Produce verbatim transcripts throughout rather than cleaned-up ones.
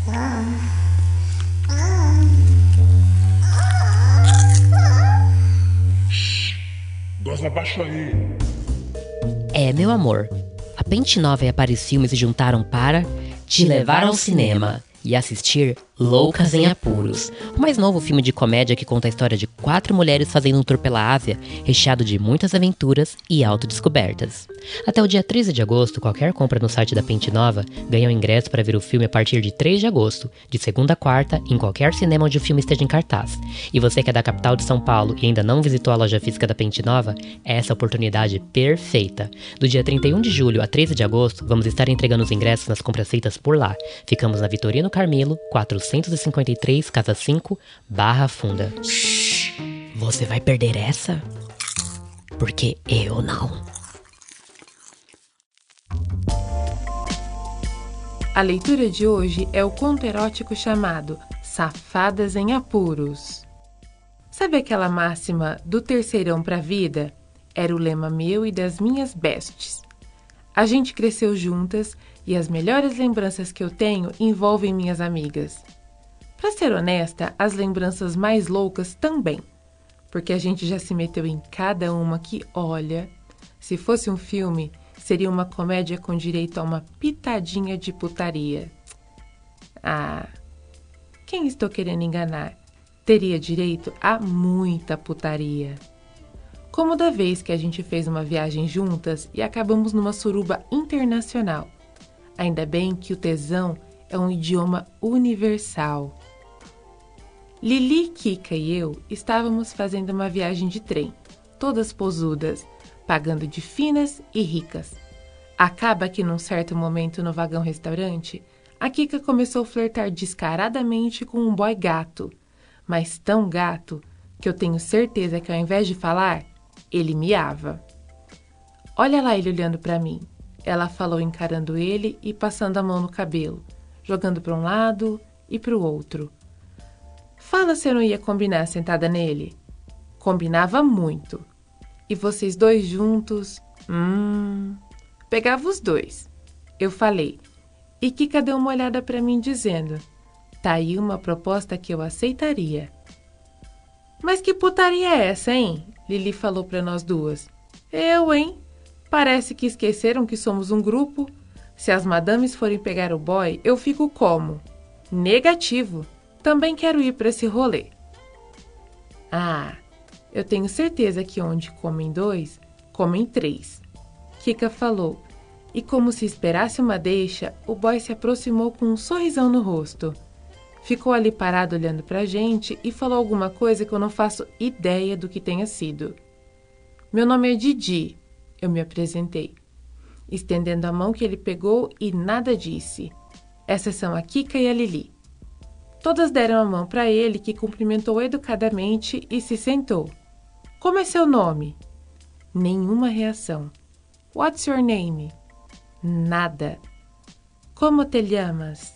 Gosta, baixa aí. É, meu amor, a Pente Nova e a Paris Filmes se juntaram para te levar ao cinema e assistir Loucas em Apuros, o mais novo filme de comédia que conta a história de quatro mulheres fazendo um tour pela Ásia, recheado de muitas aventuras e autodescobertas. Até o dia treze de agosto, qualquer compra no site da Pente Nova ganha um ingresso para ver o filme a partir de três de agosto, de segunda a quarta, em qualquer cinema onde o filme esteja em cartaz. E você que é da capital de São Paulo e ainda não visitou a loja física da Pente Nova, essa é a oportunidade perfeita. Do dia trinta e um de julho a treze de agosto, vamos estar entregando os ingressos nas compras feitas por lá. Ficamos na Vitorino Carmilo, quatrocentos e cinquenta e três, Casa cinco, Barra Funda. Você vai perder essa? Porque eu não. A leitura de hoje é o conto erótico chamado Safadas em Apuros. Sabe aquela máxima do terceirão pra vida? Era o lema meu e das minhas bestes. A gente cresceu juntas e as melhores lembranças que eu tenho envolvem minhas amigas. Pra ser honesta, as lembranças mais loucas também, porque a gente já se meteu em cada uma que, olha, se fosse um filme, seria uma comédia com direito a uma pitadinha de putaria. Ah, quem estou querendo enganar? Teria direito a muita putaria. Como da vez que a gente fez uma viagem juntas e acabamos numa suruba internacional. Ainda bem que o tesão é um idioma universal. Lili, Kika e eu estávamos fazendo uma viagem de trem, todas posudas, pagando de finas e ricas. Acaba que num certo momento no vagão restaurante, a Kika começou a flertar descaradamente com um boy gato, mas tão gato que eu tenho certeza que ao invés de falar, ele miava. Olha lá ele olhando para mim, ela falou encarando ele e passando a mão no cabelo, jogando para um lado e para o outro. Fala se eu não ia combinar sentada nele. Combinava muito. E vocês dois juntos, hum... Pegava os dois. Eu falei. E Kika deu uma olhada para mim dizendo, tá aí uma proposta que eu aceitaria. Mas que putaria é essa, hein? Lili falou para nós duas. Eu, hein? Parece que esqueceram que somos um grupo. Se as madames forem pegar o boy, eu fico como? Negativo. Também quero ir para esse rolê. Ah, eu tenho certeza que onde comem dois, comem três. Kika falou. E como se esperasse uma deixa, o boy se aproximou com um sorrisão no rosto. Ficou ali parado olhando pra gente e falou alguma coisa que eu não faço ideia do que tenha sido. Meu nome é Didi, eu me apresentei, estendendo a mão que ele pegou e nada disse. Essas são a Kika e a Lili. Todas deram a mão para ele, que cumprimentou educadamente e se sentou. Como é seu nome? Nenhuma reação. What's your name? Nada. Como te llamas?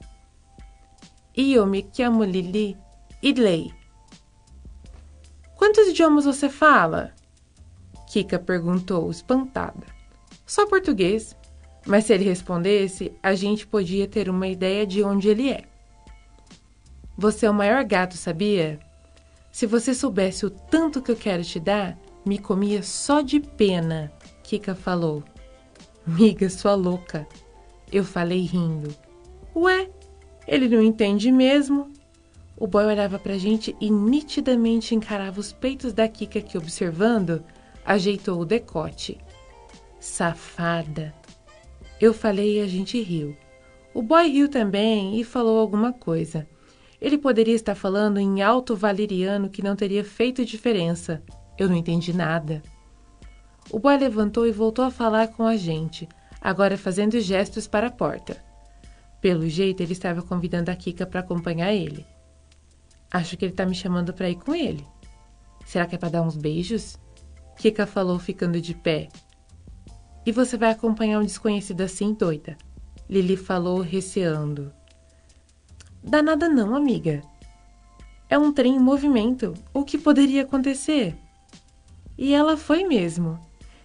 Eu me chamo Lili Idley. Quantos idiomas você fala? Kika perguntou, espantada. Só português, mas se ele respondesse, a gente podia ter uma ideia de onde ele é. Você é o maior gato, sabia? Se você soubesse o tanto que eu quero te dar, me comia só de pena, Kika falou. Miga, sua louca. Eu falei rindo. Ué, ele não entende mesmo? O boy olhava pra gente e nitidamente encarava os peitos da Kika que, observando, ajeitou o decote. Safada. Eu falei e a gente riu. O boy riu também e falou alguma coisa. Ele poderia estar falando em alto valeriano que não teria feito diferença. Eu não entendi nada. O boy levantou e voltou a falar com a gente, agora fazendo gestos para a porta. Pelo jeito, ele estava convidando a Kika para acompanhar ele. Acho que ele está me chamando para ir com ele. Será que é para dar uns beijos? Kika falou, ficando de pé. E você vai acompanhar um desconhecido assim, doida? Lili falou, receando. Dá nada não, amiga. É um trem em movimento. O que poderia acontecer? E ela foi mesmo.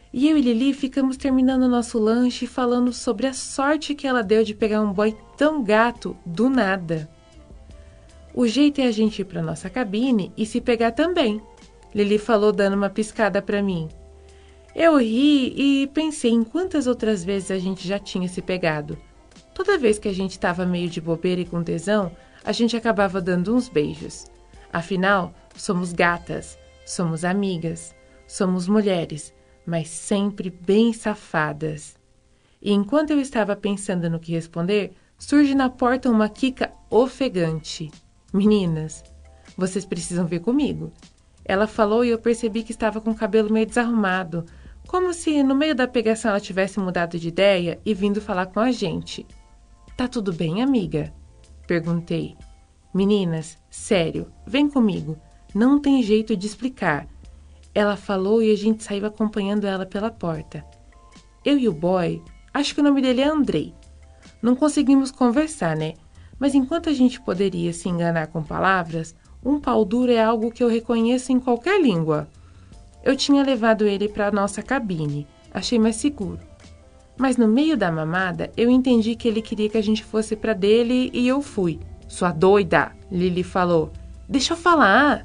E eu e Lili ficamos terminando o nosso lanche e falando sobre a sorte que ela deu de pegar um boy tão gato do nada. O jeito é a gente ir para nossa cabine e se pegar também, Lili falou dando uma piscada para mim. Eu ri e pensei em quantas outras vezes a gente já tinha se pegado. Toda vez que a gente estava meio de bobeira e com tesão, a gente acabava dando uns beijos. Afinal, somos gatas, somos amigas, somos mulheres, mas sempre bem safadas. E enquanto eu estava pensando no que responder, surge na porta uma Kika ofegante. Meninas, vocês precisam vir comigo. Ela falou e eu percebi que estava com o cabelo meio desarrumado, como se no meio da pegação ela tivesse mudado de ideia e vindo falar com a gente. Tá tudo bem, amiga? Perguntei. Meninas, sério, vem comigo. Não tem jeito de explicar. Ela falou e a gente saiu acompanhando ela pela porta. Eu e o boy, acho que o nome dele é Andrei. Não conseguimos conversar, né? Mas enquanto a gente poderia se enganar com palavras, um pau duro é algo que eu reconheço em qualquer língua. Eu tinha levado ele para a nossa cabine. Achei mais seguro. Mas no meio da mamada, eu entendi que ele queria que a gente fosse para dele e eu fui. Sua doida, Lili falou. Deixa eu falar.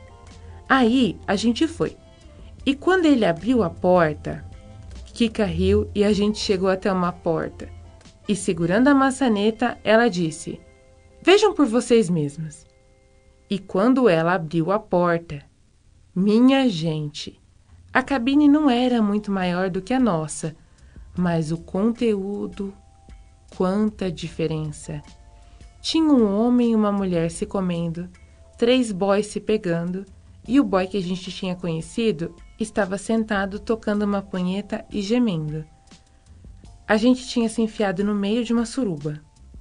Aí a gente foi. E quando ele abriu a porta, Kika riu e a gente chegou até uma porta. E segurando a maçaneta, ela disse: vejam por vocês mesmas. E quando ela abriu a porta, minha gente, a cabine não era muito maior do que a nossa, mas o conteúdo, quanta diferença. Tinha um homem e uma mulher se comendo, três boys se pegando, e o boy que a gente tinha conhecido estava sentado tocando uma punheta e gemendo. A gente tinha se enfiado no meio de uma suruba.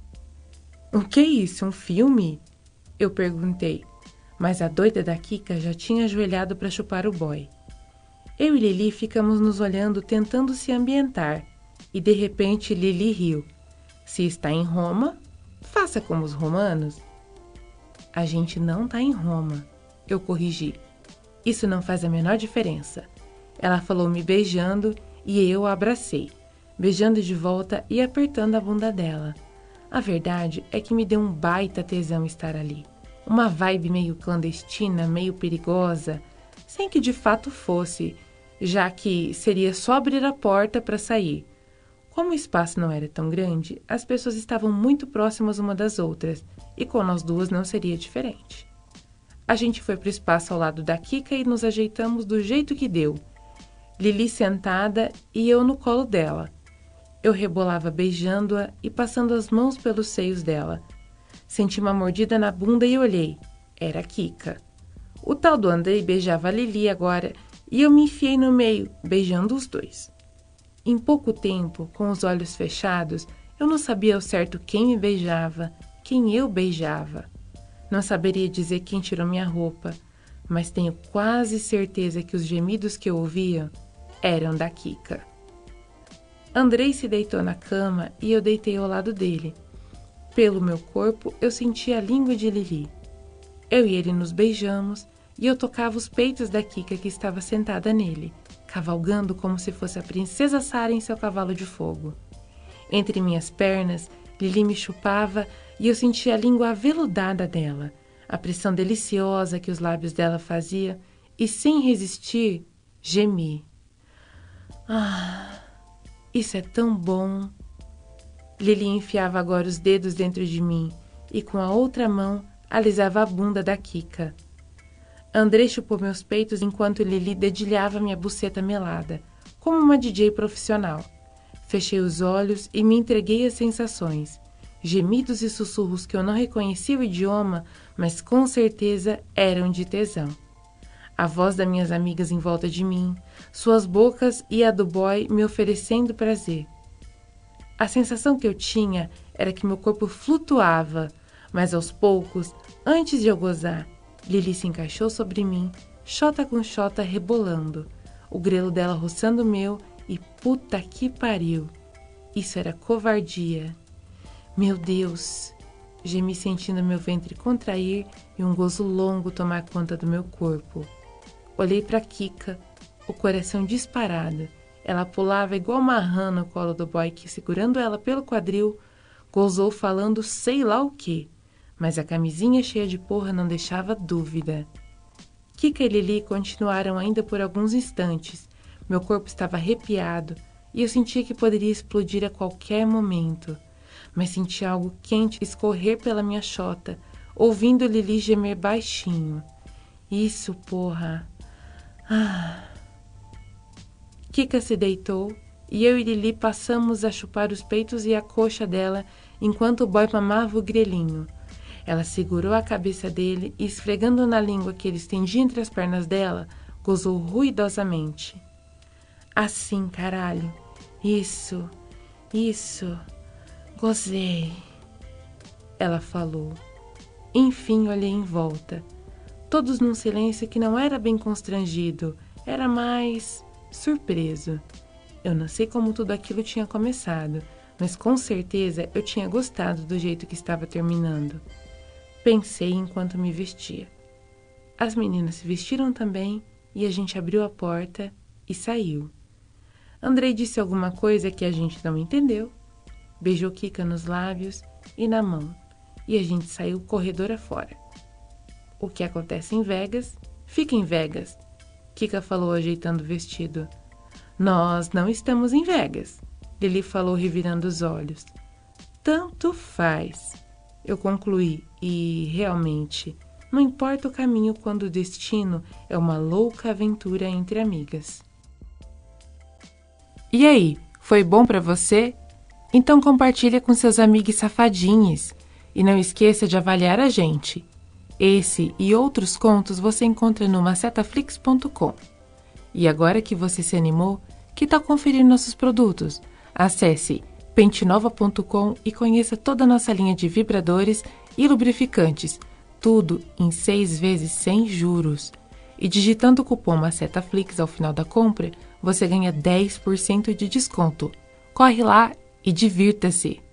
O que é isso, um filme? Eu perguntei, mas a doida da Kika já tinha ajoelhado para chupar o boy. Eu e Lili ficamos nos olhando tentando se ambientar, e de repente Lili riu. Se está em Roma, faça como os romanos. A gente não está em Roma, eu corrigi. Isso não faz a menor diferença. Ela falou me beijando e eu a abracei, beijando de volta e apertando a bunda dela. A verdade é que me deu um baita tesão estar ali. Uma vibe meio clandestina, meio perigosa, sem que de fato fosse, já que seria só abrir a porta para sair. Como o espaço não era tão grande, as pessoas estavam muito próximas uma das outras, e com nós duas não seria diferente. A gente foi para o espaço ao lado da Kika e nos ajeitamos do jeito que deu. Lili sentada e eu no colo dela. Eu rebolava beijando-a e passando as mãos pelos seios dela. Senti uma mordida na bunda e olhei. Era a Kika. O tal do Andrei beijava a Lili agora e eu me enfiei no meio, beijando os dois. Em pouco tempo, com os olhos fechados, eu não sabia ao certo quem me beijava, quem eu beijava. Não saberia dizer quem tirou minha roupa, mas tenho quase certeza que os gemidos que eu ouvia eram da Kika. Andrei se deitou na cama e eu deitei ao lado dele. Pelo meu corpo, eu sentia a língua de Lili. Eu e ele nos beijamos e eu tocava os peitos da Kika que estava sentada nele, cavalgando como se fosse a princesa Sara em seu cavalo de fogo. Entre minhas pernas, Lili me chupava e eu sentia a língua aveludada dela, a pressão deliciosa que os lábios dela faziam e, sem resistir, gemi. Ah, isso é tão bom! Lili enfiava agora os dedos dentro de mim e com a outra mão alisava a bunda da Kika. Andrei chupou meus peitos enquanto Lili dedilhava minha buceta melada, como uma D J profissional. Fechei os olhos e me entreguei às sensações, gemidos e sussurros que eu não reconhecia o idioma, mas com certeza eram de tesão. A voz das minhas amigas em volta de mim, suas bocas e a do boy me oferecendo prazer. A sensação que eu tinha era que meu corpo flutuava, mas aos poucos, antes de eu gozar, Lili se encaixou sobre mim, xota com xota rebolando, o grelo dela roçando o meu e puta que pariu. Isso era covardia. Meu Deus! Gemi sentindo meu ventre contrair e um gozo longo tomar conta do meu corpo. Olhei para Kika, o coração disparado. Ela pulava igual uma rã no colo do boy que, segurando ela pelo quadril, gozou falando sei lá o quê, mas a camisinha cheia de porra não deixava dúvida. Kika e Lili continuaram ainda por alguns instantes. Meu corpo estava arrepiado e eu sentia que poderia explodir a qualquer momento. Mas senti algo quente escorrer pela minha chota, ouvindo Lili gemer baixinho. Isso, porra! Ah! Kika se deitou e eu e Lili passamos a chupar os peitos e a coxa dela enquanto o boy mamava o grelhinho. Ela segurou a cabeça dele e, esfregando na língua que ele estendia entre as pernas dela, gozou ruidosamente. Assim, caralho. Isso, isso. Gozei. Ela falou. Enfim, olhei em volta. Todos num silêncio que não era bem constrangido, era mais surpreso. Eu não sei como tudo aquilo tinha começado, mas com certeza eu tinha gostado do jeito que estava terminando. Pensei enquanto me vestia. As meninas se vestiram também e a gente abriu a porta e saiu. Andrei disse alguma coisa que a gente não entendeu, beijou Kika nos lábios e na mão, e a gente saiu corredor afora. O que acontece em Vegas, fica em Vegas, Kika falou ajeitando o vestido. Nós não estamos em Vegas, Lili falou revirando os olhos. Tanto faz, eu concluí, e realmente, não importa o caminho quando o destino é uma louca aventura entre amigas. E aí, foi bom pra você? Então compartilha com seus amigos safadinhos e não esqueça de avaliar a gente. Esse e outros contos você encontra no macetaflix ponto com. E agora que você se animou, que tal conferir nossos produtos? Acesse pente nova ponto com e conheça toda a nossa linha de vibradores e lubrificantes, tudo em seis vezes sem juros. E digitando o cupom MACETAFLIX ao final da compra, você ganha dez por cento de desconto. Corre lá e divirta-se!